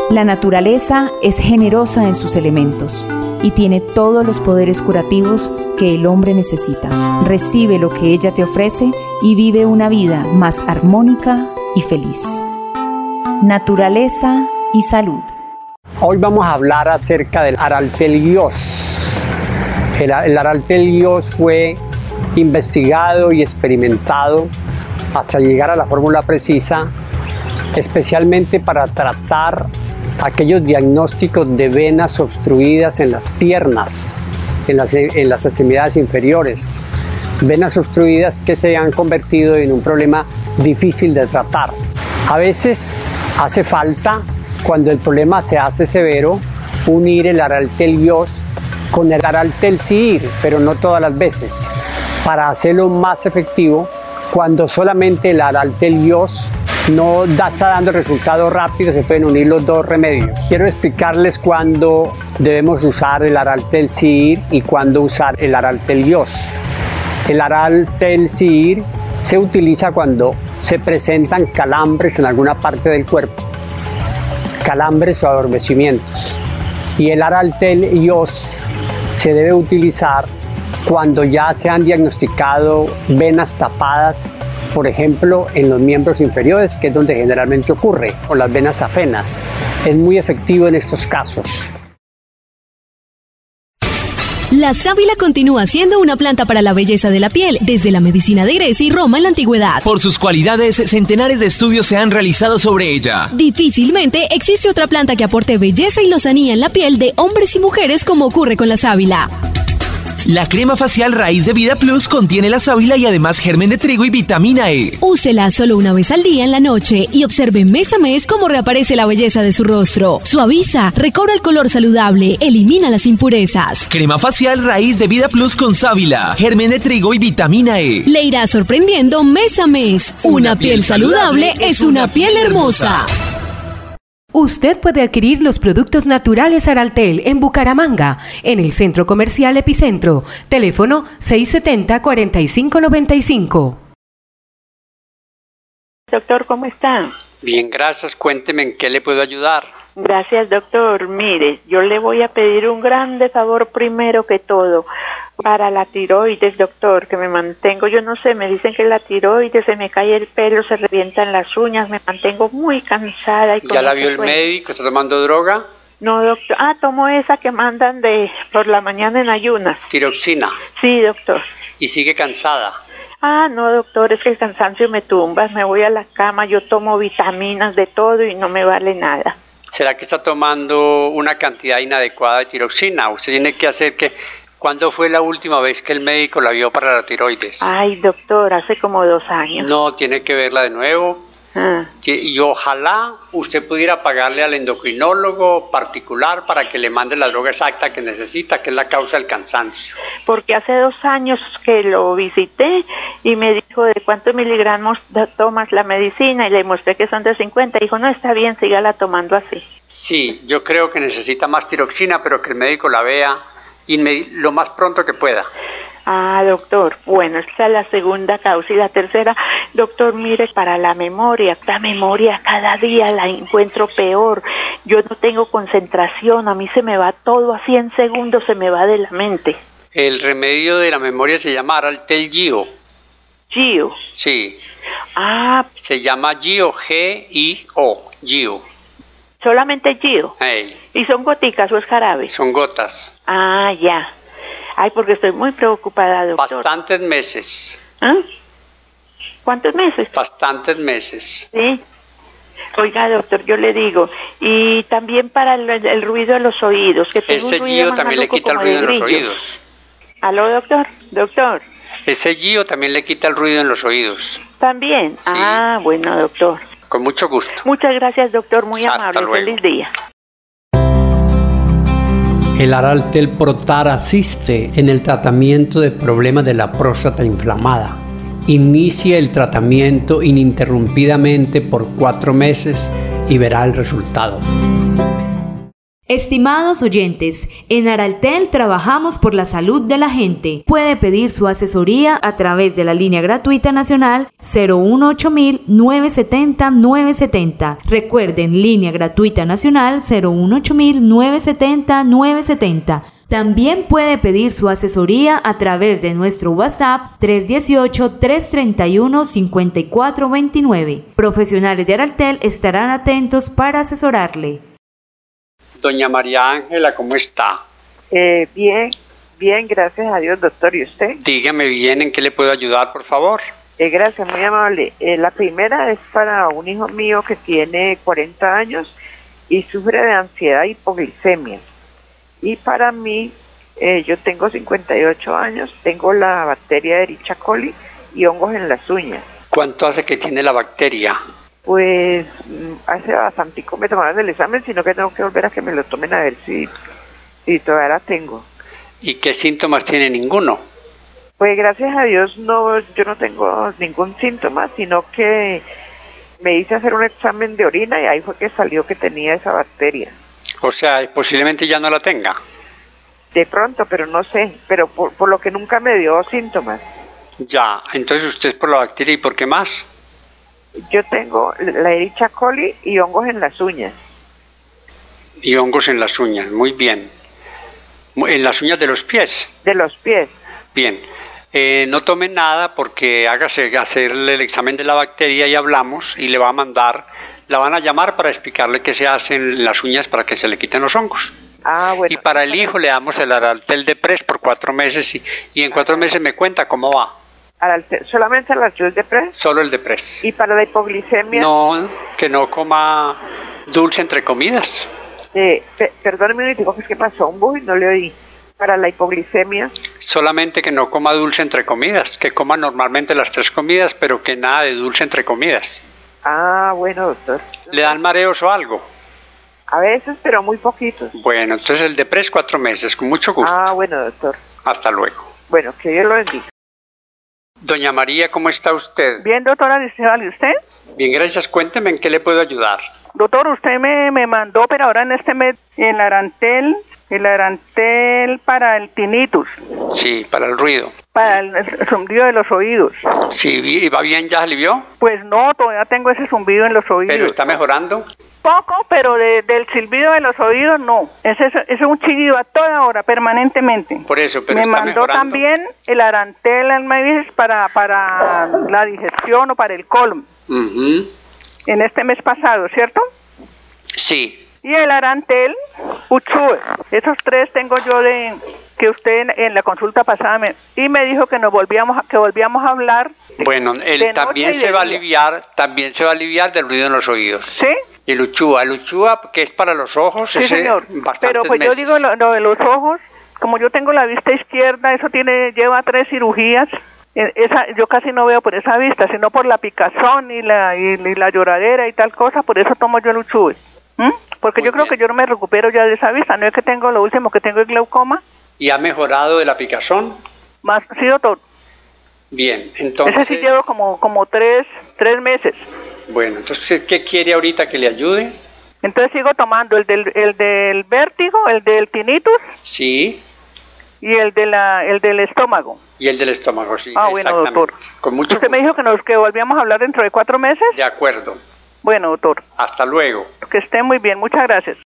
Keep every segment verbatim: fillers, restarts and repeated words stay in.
La naturaleza es generosa en sus elementos y tiene todos los poderes curativos que el hombre necesita. Recibe lo que ella te ofrece y vive una vida más armónica y feliz. Naturaleza y salud. Hoy vamos a hablar acerca del Araltel-Guiós. El, el Araltel-Guiós fue investigado y experimentado hasta llegar a la fórmula precisa, especialmente para tratar aquellos diagnósticos de venas obstruidas en las piernas, en las, en las extremidades inferiores. Venas obstruidas que se han convertido en un problema difícil de tratar. A veces hace falta, cuando el problema se hace severo, unir el Araltel-Guiós con el Araltel-Sihir, pero no todas las veces. Para hacerlo más efectivo, cuando solamente el Araltel-Guiós no da, está dando resultados rápidos, se pueden unir los dos remedios. Quiero explicarles cuándo debemos usar el Araltel-Sihir y cuándo usar el Araltel-Guiós. El Araltel-Sihir se utiliza cuando se presentan calambres en alguna parte del cuerpo, calambres o adormecimientos. Y el Araltel-Guiós se debe utilizar cuando ya se han diagnosticado venas tapadas, por ejemplo, en los miembros inferiores, que es donde generalmente ocurre, o las venas afenas. Es muy efectivo en estos casos. La sábila continúa siendo una planta para la belleza de la piel desde la medicina de Grecia y Roma en la antigüedad. Por sus cualidades, centenares de estudios se han realizado sobre ella. Difícilmente existe otra planta que aporte belleza y lozanía en la piel de hombres y mujeres como ocurre con la sábila. La crema facial Raíz de Vida Plus contiene la sábila y además germen de trigo y vitamina E. Úsela solo una vez al día en la noche y observe mes a mes cómo reaparece la belleza de su rostro. Suaviza, recobra el color saludable, elimina las impurezas. Crema facial Raíz de Vida Plus con sábila, germen de trigo y vitamina E. Le irá sorprendiendo mes a mes. Una, una piel, piel saludable es una piel hermosa. Usted puede adquirir los productos naturales Araltel en Bucaramanga, en el Centro Comercial Epicentro. Teléfono seis siete cero, cuatro cinco nueve cinco. Doctor, ¿cómo está? Bien, gracias. Cuénteme en qué le puedo ayudar. Gracias, doctor. Mire, yo le voy a pedir un grande favor primero que todo para la tiroides, doctor, que me mantengo, yo no sé, me dicen que la tiroides, se me cae el pelo, se revientan las uñas, me mantengo muy cansada. Y ¿Ya la vio el médico? ¿Está tomando droga? No, doctor. Ah, tomo esa que mandan de por la mañana en ayunas. ¿Tiroxina? Sí, doctor. ¿Y sigue cansada? Ah, no, doctor, es que el cansancio me tumba, me voy a la cama, yo tomo vitaminas de todo y no me vale nada. ¿Será que está tomando una cantidad inadecuada de tiroxina? Usted tiene que hacer que... ¿Cuándo fue la última vez que el médico la vio para la tiroides? Ay, doctor, hace como dos años. No, tiene que verla de nuevo. Ah. Y ojalá usted pudiera pagarle al endocrinólogo particular para que le mande la droga exacta que necesita, que es la causa del cansancio. Porque hace dos años que lo visité y me dijo de cuántos miligramos tomas la medicina y le mostré que son de cincuenta. Dijo, no, está bien, sígala tomando así. Sí, yo creo que necesita más tiroxina, pero que el médico la vea inmedi- lo más pronto que pueda. Ah, doctor, bueno, esta es la segunda causa. Y la tercera, doctor, mire, para la memoria, la memoria cada día la encuentro peor. Yo no tengo concentración, a mí se me va todo así en segundos, se me va de la mente. El remedio de la memoria se llama Araltel-Gio. Gio. Sí. Ah. Se llama Gio, G I O, Gio. ¿Solamente Gio? Hey. ¿Y son goticas o es jarabe? Son gotas. Ah, ya. Ay, porque estoy muy preocupada, doctor. Bastantes meses. ¿Ah? ¿Cuántos meses? Bastantes meses. Sí. Oiga, doctor, yo le digo, y también para el, el ruido de los oídos, que tengo Ese un ruido Gio también le quita el ruido en los oídos. ¿Aló, doctor? Doctor. Ese Gio también le quita el ruido en los oídos. ¿También? Sí. Ah, bueno, doctor. Con mucho gusto. Muchas gracias, doctor, muy Hasta amable. luego. Feliz día. El Araltel Protar asiste en el tratamiento de problemas de la próstata inflamada. Inicie el tratamiento ininterrumpidamente por cuatro meses y verá el resultado. Estimados oyentes, en Araltel trabajamos por la salud de la gente. Puede pedir su asesoría a través de la línea gratuita nacional cero uno ocho mil nueve setenta nueve setenta. Recuerden, línea gratuita nacional cero uno ocho mil nueve setenta nueve setenta. También puede pedir su asesoría a través de nuestro WhatsApp tres uno ocho, tres tres uno, cinco cuatro dos nueve. Profesionales de Araltel estarán atentos para asesorarle. Doña María Ángela, ¿cómo está? Eh, bien, bien, gracias a Dios, doctor. ¿Y usted? Dígame bien, ¿en qué le puedo ayudar, por favor? Eh, gracias, muy amable. Eh, la primera es para un hijo mío que tiene cuarenta años y sufre de ansiedad e hipoglicemia. Y para mí, eh, yo tengo cincuenta y ocho años, tengo la bacteria de Escherichia coli y hongos en las uñas. ¿Cuánto hace que tiene la bacteria? Pues hace bastante me tomaron el examen, sino que tengo que volver a que me lo tomen a ver si, si todavía la tengo. ¿Y qué síntomas tiene? Ninguno. Pues gracias a Dios no, yo no tengo ningún síntoma, sino que me hice hacer un examen de orina y ahí fue que salió que tenía esa bacteria. O sea, posiblemente ya no la tenga. De pronto, pero no sé, pero por, por lo que nunca me dio síntomas. Ya, entonces usted es por la bacteria, ¿y por qué más? Yo tengo la Escherichia coli y hongos en las uñas. Y hongos en las uñas, muy bien. ¿En las uñas de los pies? De los pies. Bien. Eh, no tome nada porque hágase hacerle el examen de la bacteria y hablamos y le va a mandar, la van a llamar para explicarle qué se hace en las uñas para que se le quiten los hongos. Ah, bueno. Y para el hijo le damos el Araltel Depres por cuatro meses y, y en cuatro meses me cuenta cómo va. Araltel, ¿solamente el Araltel Depres? Solo el Depres. ¿Y para la hipoglicemia? No, que no coma dulce entre comidas. Eh, pe perdóneme un momento, ¿qué pasó? Un bug y no le oí. Para la hipoglicemia. Solamente que no coma dulce entre comidas, que coma normalmente las tres comidas, pero que nada de dulce entre comidas. Ah, bueno, doctor. ¿Le dan mareos o algo? A veces, pero muy poquitos. Bueno, entonces el Depres cuatro meses, con mucho gusto. Ah, bueno, doctor. Hasta luego. Bueno, que Dios lo bendiga. Doña María, ¿cómo está usted? Bien, doctora, ¿y usted? Bien, gracias. Cuénteme en qué le puedo ayudar. Doctor, usted me, me mandó, pero ahora en este mes, el Araltel, el Araltel para el tinnitus. Sí, para el ruido. Para el, el zumbido de los oídos. Sí, ¿y va bien? ¿Ya alivió? Pues no, todavía tengo ese zumbido en los oídos. ¿Pero está mejorando? Poco, pero de, del silbido de los oídos no. Ese es, es un chillido a toda hora, permanentemente. Por eso, pero me está mandó mejorando. También el Araltel, me dices, para, para la digestión o para el colon. Uh-huh. En este mes pasado, ¿cierto? Sí. Y el Araltel Uchue. Esos tres tengo yo de que usted en, en la consulta pasada me, y me dijo que nos volvíamos a, que volvíamos a hablar. De, bueno, él también se va a aliviar, también se va a aliviar del ruido en los oídos. ¿Sí? El Uchua, el Uchua que es para los ojos, sí, ese señor. Pero pues meses. Yo digo lo, lo de los ojos, como yo tengo la vista izquierda, eso tiene lleva tres cirugías. Esa, yo casi no veo por esa vista, sino por la picazón y la y, y la lloradera y tal cosa, por eso tomo yo el Uchue. ¿Mm? Porque Muy yo creo bien. Que yo no me recupero ya de esa vista, no es que tengo lo último que tengo es glaucoma. ¿Y ha mejorado de la picazón? Más, sí, doctor. Bien, entonces... Ese sí llevo como, como tres, tres meses. Bueno, entonces, ¿qué quiere ahorita que le ayude? Entonces sigo tomando el del, el del vértigo, el del tinnitus. Sí. Y el de la, el del estómago. Y el del estómago, sí. Ah, bueno, doctor. Con mucho Usted gusto. me dijo que nos que volvíamos a hablar dentro de cuatro meses. De acuerdo. Bueno, doctor. Hasta luego. Que esté muy bien, muchas gracias.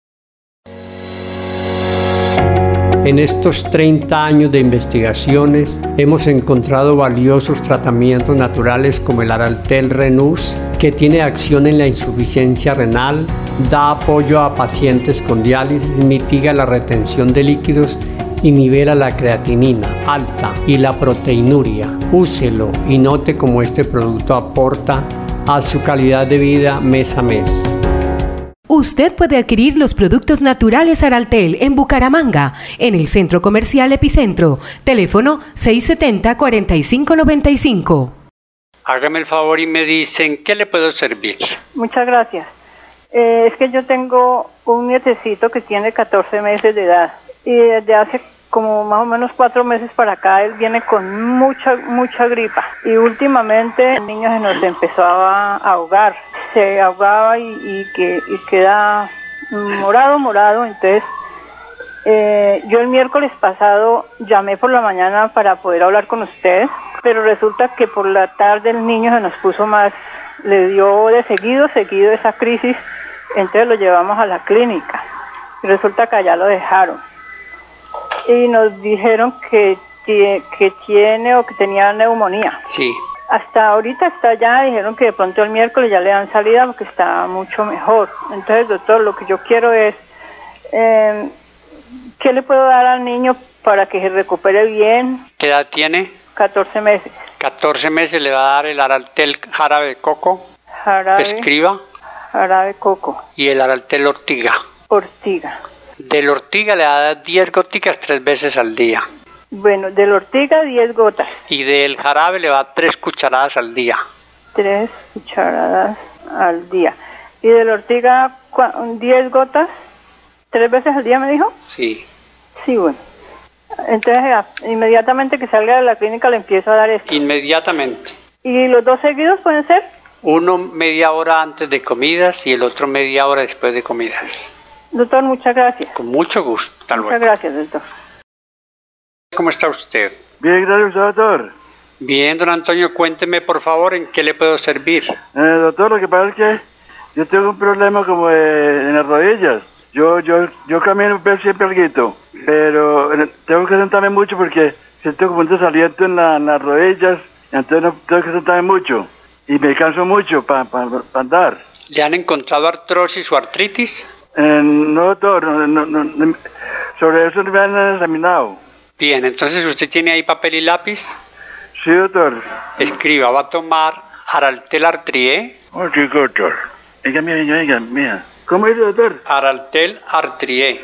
En estos treinta años de investigaciones hemos encontrado valiosos tratamientos naturales como el Araltel Renus, que tiene acción en la insuficiencia renal, da apoyo a pacientes con diálisis, mitiga la retención de líquidos y nivela la creatinina alta y la proteinuria. Úselo y note cómo este producto aporta a su calidad de vida mes a mes. Usted puede adquirir los productos naturales Araltel en Bucaramanga, en el Centro Comercial Epicentro. Teléfono seis siete cero, cuatro cinco nueve cinco. Hágame el favor y me dicen, ¿qué le puedo servir? Muchas gracias. Eh, es que yo tengo un nietecito que tiene catorce meses de edad y desde hace como más o menos cuatro meses para acá él viene con mucha, mucha gripa y últimamente el niño se nos empezaba a ahogar, se ahogaba y, y, que, y queda morado, morado, entonces Eh, yo el miércoles pasado llamé por la mañana para poder hablar con ustedes, pero resulta que por la tarde el niño se nos puso más, le dio de seguido, seguido esa crisis, entonces lo llevamos a la clínica. Y resulta que allá lo dejaron. Y nos dijeron que, que tiene o que tenía neumonía. Sí. Hasta ahorita está allá, dijeron que de pronto el miércoles ya le dan salida porque está mucho mejor. Entonces, doctor, lo que yo quiero es, eh, ¿qué le puedo dar al niño para que se recupere bien? ¿Qué edad tiene? catorce meses. catorce meses le va a dar el Araltel jarabe de coco, Jarabe, Escriba, jarabe coco, y el Araltel Ortiga. Ortiga. Del Ortiga le va a dar diez goticas tres veces al día. Bueno, del Ortiga diez gotas. Y del jarabe le va a dar tres cucharadas al día. tres cucharadas al día. ¿Y del Ortiga diez gotas? ¿Tres veces al día me dijo? Sí. Sí, bueno. Entonces, ya, inmediatamente que salga de la clínica le empiezo a dar esto. Inmediatamente. ¿Y los dos seguidos pueden ser? Uno media hora antes de comidas y el otro media hora después de comidas. Doctor, muchas gracias. Con mucho gusto. Hasta luego. Muchas gracias, doctor. ¿Cómo está usted? Bien, gracias, doctor. Bien, don Antonio, cuénteme por favor en qué le puedo servir. Eh, doctor, lo que pasa es que yo tengo un problema como de, en las rodillas. Yo yo yo camino pues, siempre alguito, pero eh, tengo que sentarme mucho porque siento como un desaliento en, la, en las rodillas, entonces no, tengo que sentarme mucho y me canso mucho para pa, pa andar. ¿Le han encontrado artrosis o artritis? Eh, no, doctor, no, no, no, no, sobre eso no me han examinado. Bien, entonces usted tiene ahí papel y lápiz. Sí, doctor. Escriba, va a tomar Araltel Artrié. Oh, sí, doctor. Venga, mía, venga, venga, mía. ¿Cómo es, doctor? Araltel Artrié.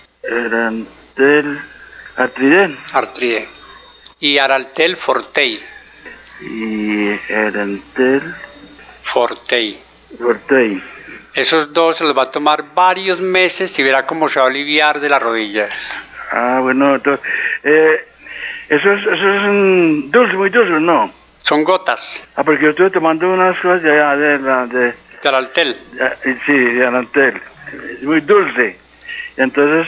Araltel Artrié. Artrié. Y Araltel Fortei. Y Araltel Fortei. Fortei. Esos dos se los va a tomar varios meses y verá cómo se va a aliviar de las rodillas. Ah, bueno, doctor. Eh, eso es, eso es un dulce, muy dulce, ¿no? Son gotas. Ah, porque yo estuve tomando unas cosas de, de, de, de, de Araltel. De, sí, de Araltel. Es muy dulce. Entonces,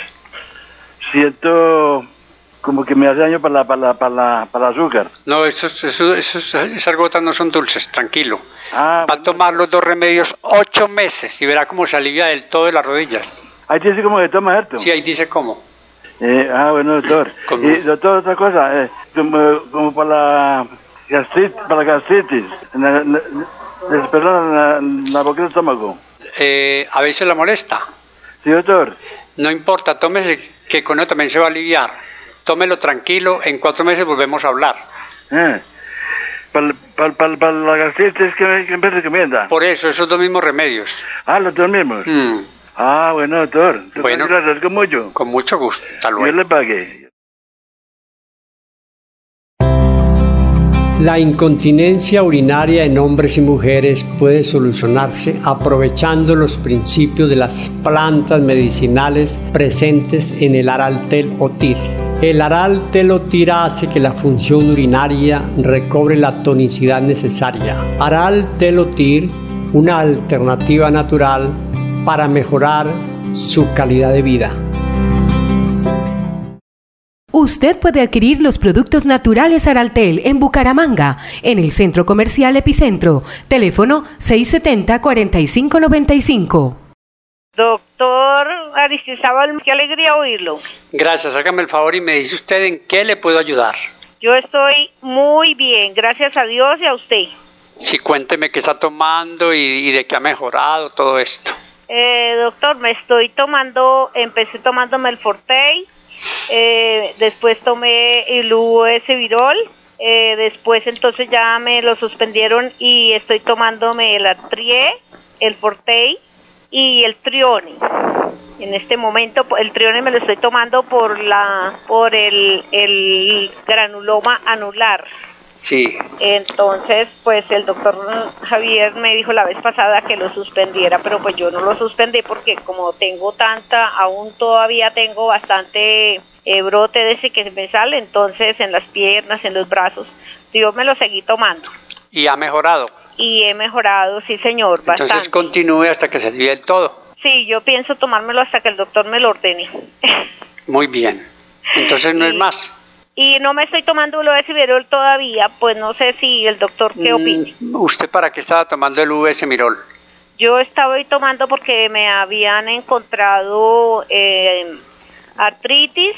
siento como que me hace daño para la, para la, para la, para el azúcar. No, esos, esos, esos, esas gotas no son dulces, tranquilo. Ah, va a tomar los dos remedios ocho meses y verá cómo se alivia del todo de las rodillas. Ahí dice cómo se toma, ¿cierto? Sí, ahí dice cómo. Eh, ah, bueno, doctor. ¿Cómo? Y, doctor, otra cosa, eh, como, como para la gastritis, para la gastritis, la, la, la, perdón, la, la boca del estómago. Eh, a veces la molesta. Sí, doctor. No importa, tómese, que con eso también se va a aliviar. Tómelo tranquilo, en cuatro meses volvemos a hablar. Eh, para, para, para, para la gastritis, ¿qué me, qué me recomienda? Por eso, esos dos mismos remedios. Ah, los dos mismos. Mm. Ah, bueno, doctor. Bueno, gracias, con mucho. Con mucho gusto. Hasta luego. Dios le pague. La incontinencia urinaria en hombres y mujeres puede solucionarse aprovechando los principios de las plantas medicinales presentes en el Araltel Otir. El Araltel Otir hace que la función urinaria recobre la tonicidad necesaria. Araltel Otir, una alternativa natural para mejorar su calidad de vida. Usted puede adquirir los productos naturales Araltel en Bucaramanga, en el Centro Comercial Epicentro. Teléfono seis siete cero, cuatro cinco nueve cinco. Doctor Aristizábal, qué alegría oírlo. Gracias, hágame el favor y me dice usted en qué le puedo ayudar. Yo estoy muy bien, gracias a Dios y a usted. Sí, cuénteme qué está tomando y, y de qué ha mejorado todo esto. Eh, doctor, me estoy tomando, empecé tomándome el Fortei, eh, después tomé el U S Virol, eh, después entonces ya me lo suspendieron y estoy tomándome el Artrié, el Fortei y el Trione. En este momento el Trione me lo estoy tomando por la por el, el granuloma anular. Sí. Entonces, pues el doctor Javier me dijo la vez pasada que lo suspendiera, pero pues yo no lo suspendí porque como tengo tanta, aún todavía tengo bastante eh, brote de ese que me sale, entonces en las piernas, en los brazos, yo me lo seguí tomando. ¿Y ha mejorado? Y he mejorado, sí señor, bastante. Entonces continúe hasta que se alivie del todo. Sí, yo pienso tomármelo hasta que el doctor me lo ordene. Muy bien. Entonces no y, es más. Y no me estoy tomando el Uvesemirol todavía, pues no sé si el doctor qué opina. Mm, ¿Usted para qué estaba tomando el Uvesemirol? Yo estaba tomando porque me habían encontrado eh, artritis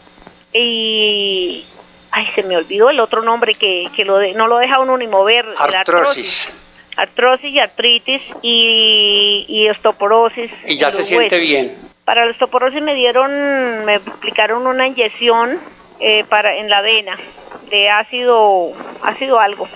y... Ay, se me olvidó el otro nombre que, que lo de, no lo deja uno ni mover. Artrosis. Artrosis y artritis y, y osteoporosis. Y ya se siente bien. Para la osteoporosis me dieron, me aplicaron una inyección eh, para en la vena de ácido, ácido algo.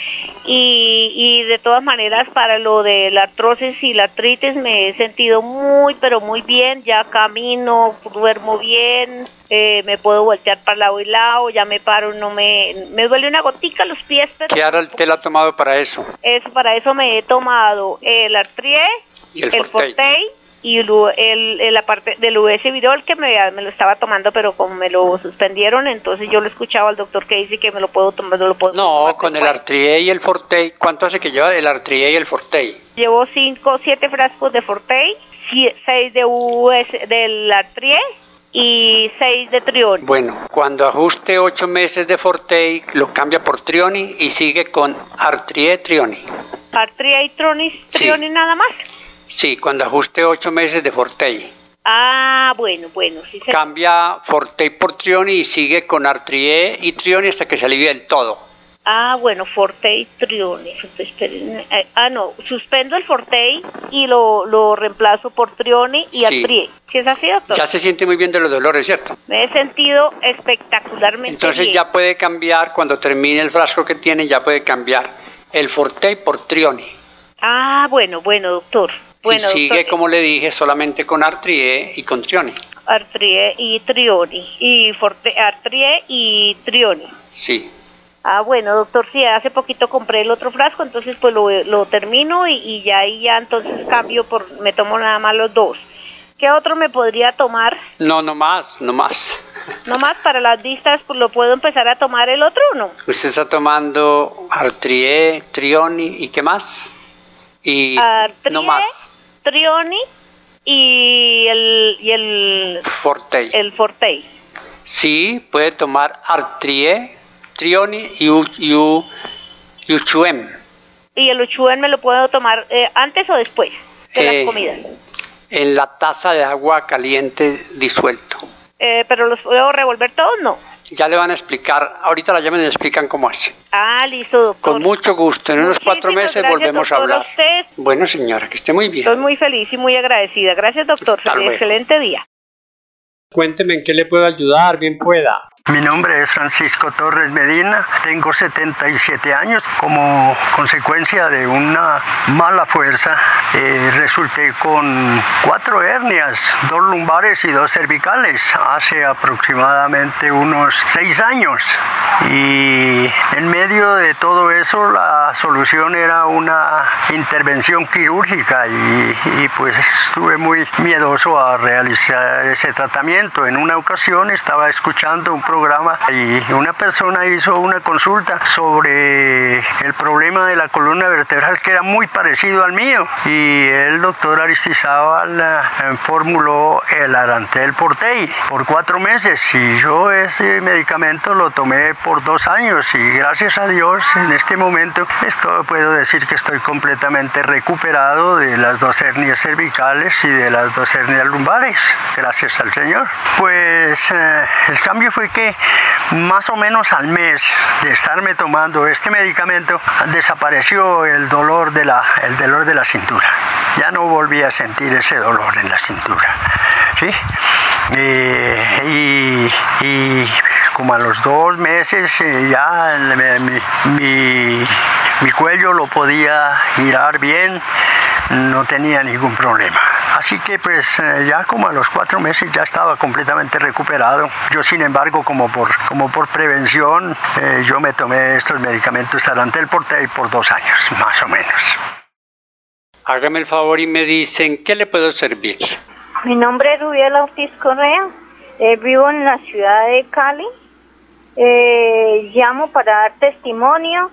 Y, y de todas maneras para lo de la artrosis y la artritis me he sentido muy pero muy bien, ya camino, duermo bien, eh, me puedo voltear para lado y lado, ya me paro, no me me duele una gotica los pies. Pero ¿qué Araltel ha tomado para eso? Eso, para eso me he tomado el Artrie, ¿Y el, el Fortei y el, el, el, la parte del Uvesemirol que me, me lo estaba tomando, pero como me lo suspendieron, entonces yo lo escuchaba al doctor que dice que me lo puedo tomar, no lo puedo No, tomar con después. el Artrie y el Fortei, ¿cuánto hace que lleva el Artrie y el Fortei? Llevo cinco, siete frascos de Fortei, seis de U S del Artrie y seis de Trioni. Bueno, cuando ajuste ocho meses de Fortei, lo cambia por Trioni y sigue con Artrie Trioni. Artrie y Trioni, Trioni Sí. nada más. Sí, cuando ajuste ocho meses de Fortei. Ah, bueno, bueno, sí se... Cambia Fortei por Trioni y sigue con Artrie y Trioni hasta que se alivie del todo. Ah, bueno, Fortei y Trioni. Esperen, eh, ah, no, suspendo el Fortei y lo, lo reemplazo por Trioni y Sí. Artrie. ¿Sí es así, doctor? Ya se siente muy bien de los dolores, ¿cierto? Me he sentido espectacularmente Entonces bien. ya puede cambiar, cuando termine el frasco que tiene, ya puede cambiar el Fortei por Trioni. Ah, bueno, bueno, doctor. Bueno, y sigue, doctor, como le dije, solamente con Artrie y con Trioni. Artrie y Trioni. Y Forte, Artrie y Trioni. Sí. Ah, bueno, doctor, sí, hace poquito compré el otro frasco, entonces pues lo, lo termino y, y ya ahí ya entonces cambio por, me tomo nada más los dos. ¿Qué otro me podría tomar? No, no más, no más. No más para las vistas, pues lo puedo empezar a tomar el otro o no. Usted está tomando Artrie, Trioni y ¿qué más? Y Artrie, no más. Trioni y el y el Fortei. el Fortei. Sí, puede tomar Artrie, Trioni y, U, y, U, y Uchuem. ¿Y el Uchuen me lo puedo tomar eh, antes o después de Eh, las comidas? En la taza de agua caliente disuelto. Eh, ¿Pero los puedo revolver todos? No. Ya le van a explicar, ahorita la llaman y le explican cómo hace. Ah, listo, doctor. Con mucho gusto, en unos cuatro Muchísimas meses gracias, volvemos a doctor, hablar. a usted. Bueno, señora, que esté muy bien. Estoy muy feliz y muy agradecida. Gracias, doctor. Hasta luego. Excelente día. Cuénteme en qué le puedo ayudar, bien pueda. Mi nombre es Francisco Torres Medina, tengo setenta y siete años. Como consecuencia de una mala fuerza, eh, resulté con cuatro hernias, dos lumbares y dos cervicales, hace aproximadamente unos seis años. Y en medio de todo eso, la solución era una intervención quirúrgica y, y pues estuve muy miedoso a realizar ese tratamiento. En una ocasión estaba escuchando un programa y una persona hizo una consulta sobre el problema de la columna vertebral que era muy parecido al mío y el doctor Aristizábal eh, formuló el Arantel Fortei por cuatro meses y yo ese medicamento lo tomé por dos años y gracias a Dios en este momento esto puedo decir que estoy completamente recuperado de las dos hernias cervicales y de las dos hernias lumbares, gracias al Señor. Pues eh, el cambio fue que más o menos al mes de estarme tomando este medicamento desapareció el dolor de la, el dolor de la cintura. Ya no volví a sentir ese dolor en la cintura, ¿sí? Eh, y, y como a los dos meses eh, ya mi, mi, mi cuello lo podía girar bien, no tenía ningún problema. Así que pues eh, ya como a los cuatro meses ya estaba completamente recuperado. Yo sin embargo como por, como por prevención eh, yo me tomé estos medicamentos Arantel Fortei por dos años más o menos. Hágame el favor y me dicen qué le puedo servir. Mi nombre es Rubiela Ortiz Correa, eh, vivo en la ciudad de Cali. Eh, llamo para dar testimonio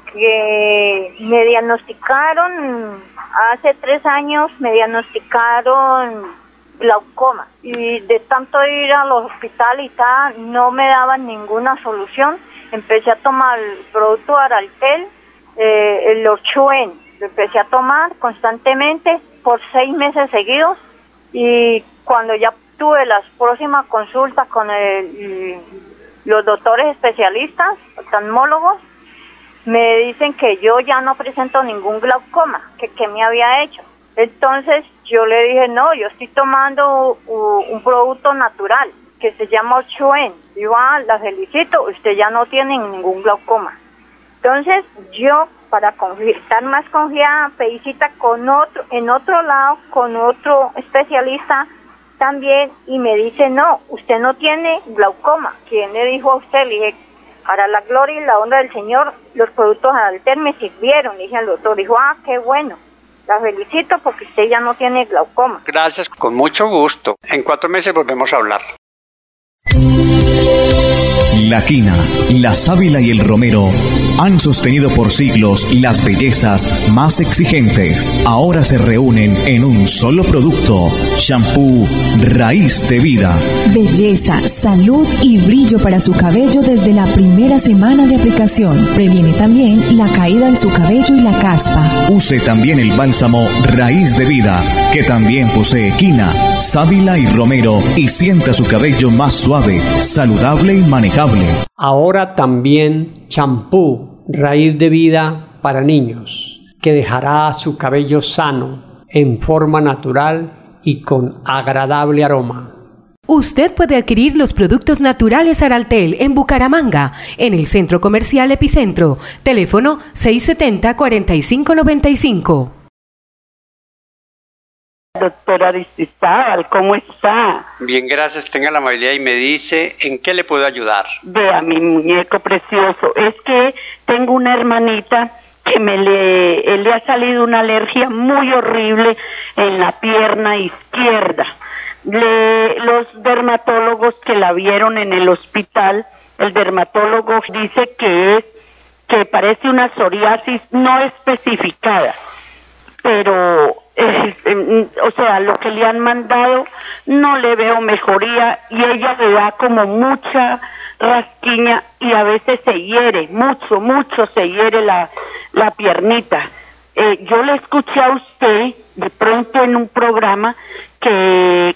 que me diagnosticaron hace tres años, me diagnosticaron glaucoma. Y de tanto ir al hospital y tal, no me daban ninguna solución. Empecé a tomar el producto Araltel, eh, el Orchuen, lo empecé a tomar constantemente por seis meses seguidos, y cuando ya tuve las próximas consultas con el, los doctores especialistas, oftalmólogos, me dicen que yo ya no presento ningún glaucoma, que, que me había hecho. Entonces yo le dije, no, yo estoy tomando uh, un producto natural que se llama Orchuen. Yo, ah, la felicito, usted ya no tiene ningún glaucoma. Entonces yo, para estar más confiada, pedí cita con otro, en otro lado, con otro especialista también, y me dice, no, usted no tiene glaucoma. ¿Quién le dijo a usted? Le dije, para la gloria y la honra del Señor, los productos Araltel me sirvieron. Le dije al doctor, dijo, ah, qué bueno, la felicito porque usted ya no tiene glaucoma. Gracias, con mucho gusto. En cuatro meses volvemos a hablar. La quina, la sábila y el romero han sostenido por siglos las bellezas más exigentes. Ahora se reúnen en un solo producto. Shampoo Raíz de Vida. Belleza, salud y brillo para su cabello desde la primera semana de aplicación. Previene también la caída de su cabello y la caspa. Use también el bálsamo Raíz de Vida, que también posee quina, sábila y romero, y sienta su cabello más suave, saludable y manejable. Ahora también champú Raíz de Vida para niños, que dejará su cabello sano, en forma natural y con agradable aroma. Usted puede adquirir los productos naturales Araltel en Bucaramanga, en el Centro Comercial Epicentro. Teléfono seis siete cero, cuatro cinco nueve cinco. Doctora Aristizábal, ¿cómo está? Bien, gracias, tenga la amabilidad y me dice en qué le puedo ayudar. Vea, mi muñeco precioso, es que tengo una hermanita que me le, le ha salido una alergia muy horrible en la pierna izquierda. Le, los dermatólogos que la vieron en el hospital, el dermatólogo dice que es, que parece una psoriasis no especificada, pero eh, eh, o sea, lo que le han mandado no le veo mejoría, y ella le da como mucha rasquiña y a veces se hiere, mucho, mucho se hiere la, la piernita. Eh, yo le escuché a usted de pronto en un programa que,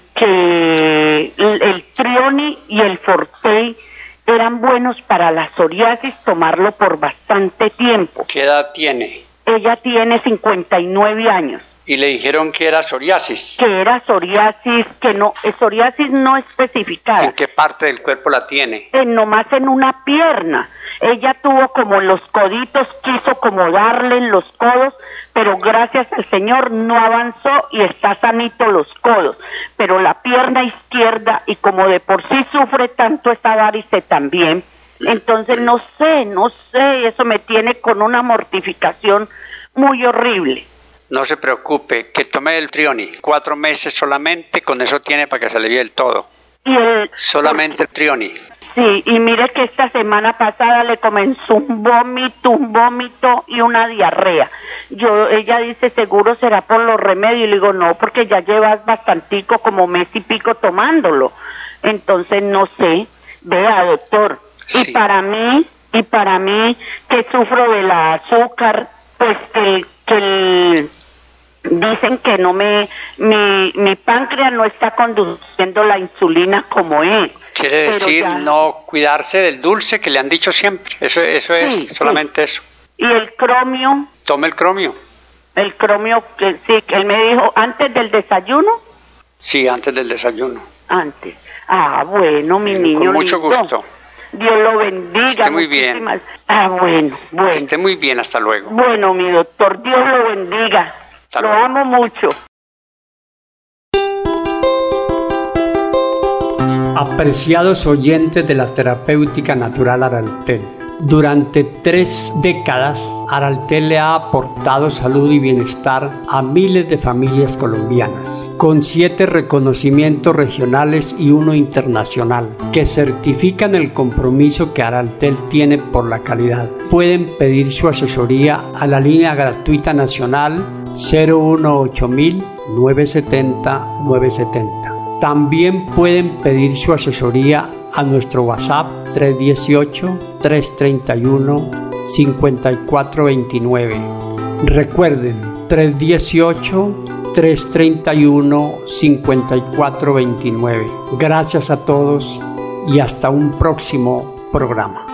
que el, el Trioni y el Fortei eran buenos para la psoriasis, tomarlo por bastante tiempo. ¿Qué edad tiene? Ella tiene cincuenta y nueve años. ¿Y le dijeron que era psoriasis? Que era psoriasis, que no, es psoriasis no especificada. ¿En qué parte del cuerpo la tiene? En, nomás en una pierna. Ella tuvo como los coditos, quiso como darle en los codos, pero gracias al Señor no avanzó y está sanito los codos. Pero la pierna izquierda, y como de por sí sufre tanto esta varice también, entonces no sé, no sé, eso me tiene con una mortificación muy horrible. No se preocupe, que tome el Trioni, cuatro meses solamente, con eso tiene para que se alivie del todo. Y el, solamente el Trioni. Sí, y mire que esta semana pasada le comenzó un vómito, un vómito y una diarrea. Yo, ella dice, seguro será por los remedios, y le digo, no, porque ya llevas bastantico, como mes y pico tomándolo. Entonces, no sé, vea, doctor, sí. y para mí, y para mí, que sufro de la azúcar, pues que, que el... dicen que no me, mi, mi páncreas no está conduciendo la insulina como es. Quiere decir ya... no cuidarse del dulce que le han dicho siempre. Eso, eso es, sí, solamente sí. eso. ¿Y el cromio? Tome el cromio. El cromio, que sí, que él me dijo, ¿antes del desayuno? Sí, antes del desayuno. Antes. Ah, bueno, mi Bien, niño Con mucho lindo. gusto. Dios lo bendiga. Esté muy bien. Ah, bueno, bueno. Que esté muy bien, hasta luego. Bueno, mi doctor, Dios lo bendiga. Hasta lo luego. Amo mucho. Apreciados oyentes de la terapéutica natural Araltel, durante tres décadas Araltel le ha aportado salud y bienestar a miles de familias colombianas, con siete reconocimientos regionales y uno internacional, que certifican el compromiso que Araltel tiene por la calidad. Pueden pedir su asesoría a la línea gratuita nacional cero uno ocho mil, nueve setenta, nueve setenta. También pueden pedir su asesoría a nuestro WhatsApp tres uno ocho, tres tres uno, cinco cuatro dos nueve. Recuerden, tres uno ocho, tres tres uno, cinco cuatro dos nueve. Gracias a todos y hasta un próximo programa.